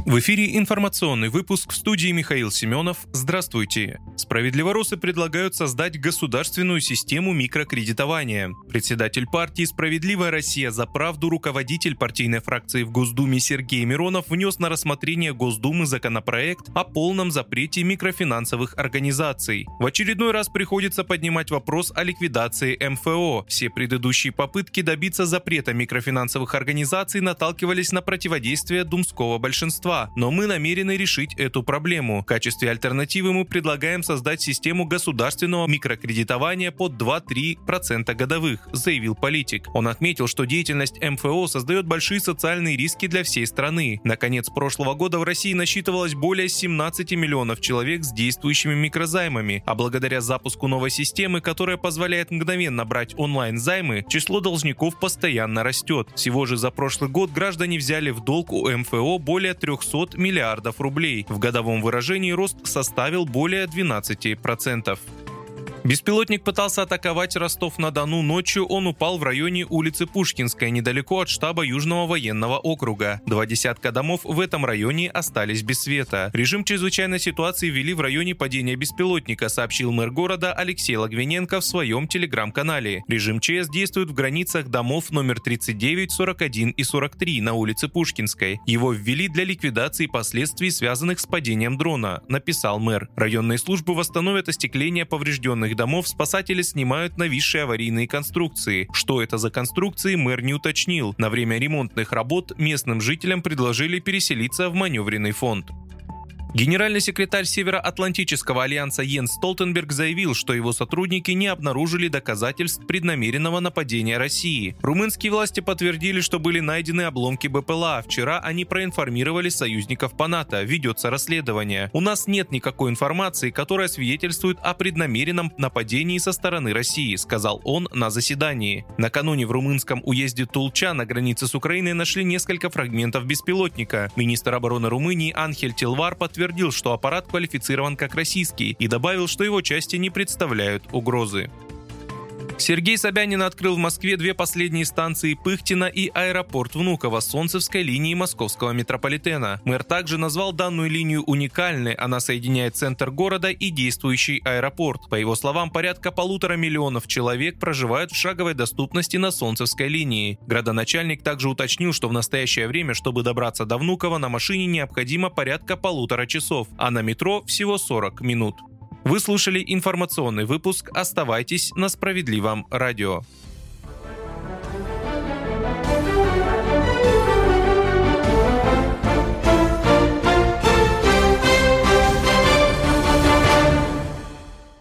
В эфире информационный выпуск, в студии Михаил Семенов. Здравствуйте. Справедливоросы предлагают создать государственную систему микрокредитования. Председатель партии «Справедливая Россия за правду», руководитель партийной фракции в Госдуме Сергей Миронов внес на рассмотрение Госдумы законопроект о полном запрете микрофинансовых организаций. В очередной раз приходится поднимать вопрос о ликвидации МФО. Все предыдущие попытки добиться запрета микрофинансовых организаций наталкивались на противодействие думского большинства. Но мы намерены решить эту проблему. В качестве альтернативы мы предлагаем создать систему государственного микрокредитования под 2-3% годовых, заявил политик. Он отметил, что деятельность МФО создает большие социальные риски для всей страны. На конец прошлого года в России насчитывалось более 17 миллионов человек с действующими микрозаймами, а благодаря запуску новой системы, которая позволяет мгновенно брать онлайн-займы, число должников постоянно растет. Всего же за прошлый год граждане взяли в долг у МФО более 300 миллиардов рублей. В годовом выражении рост составил более 12%. Беспилотник пытался атаковать Ростов-на-Дону ночью, он упал в районе улицы Пушкинской, недалеко от штаба Южного военного округа. 20 домов в этом районе остались без света. Режим чрезвычайной ситуации ввели в районе падения беспилотника, сообщил мэр города Алексей Логвиненко в своем телеграм-канале. Режим ЧС действует в границах домов номер 39, 41 и 43 на улице Пушкинской. Его ввели для ликвидации последствий, связанных с падением дрона, написал мэр. Районные службы восстановят остекление поврежденных домов, спасатели снимают нависшие аварийные конструкции. Что это за конструкции, мэр не уточнил. На время ремонтных работ местным жителям предложили переселиться в маневренный фонд. Генеральный секретарь Североатлантического альянса Йенс Столтенберг заявил, что его сотрудники не обнаружили доказательств преднамеренного нападения России. Румынские власти подтвердили, что были найдены обломки БПЛА. Вчера они проинформировали союзников по НАТО. Ведется расследование. У нас нет никакой информации, которая свидетельствует о преднамеренном нападении со стороны России, сказал он на заседании. Накануне в румынском уезде Тулча на границе с Украиной нашли несколько фрагментов беспилотника. Министр обороны Румынии Анхель Тилвар подтвердил, что аппарат квалифицирован как российский, и добавил, что его части не представляют угрозы. Сергей Собянин открыл в Москве две последние станции Пыхтина и аэропорт Внуково Солнцевской линии московского метрополитена. Мэр также назвал данную линию уникальной, она соединяет центр города и действующий аэропорт. По его словам, порядка 1,5 миллиона человек проживают в шаговой доступности на Солнцевской линии. Градоначальник также уточнил, что в настоящее время, чтобы добраться до Внуково, на машине необходимо порядка 1,5 часов, а на метро всего 40 минут. Вы слушали информационный выпуск. Оставайтесь на Справедливом радио.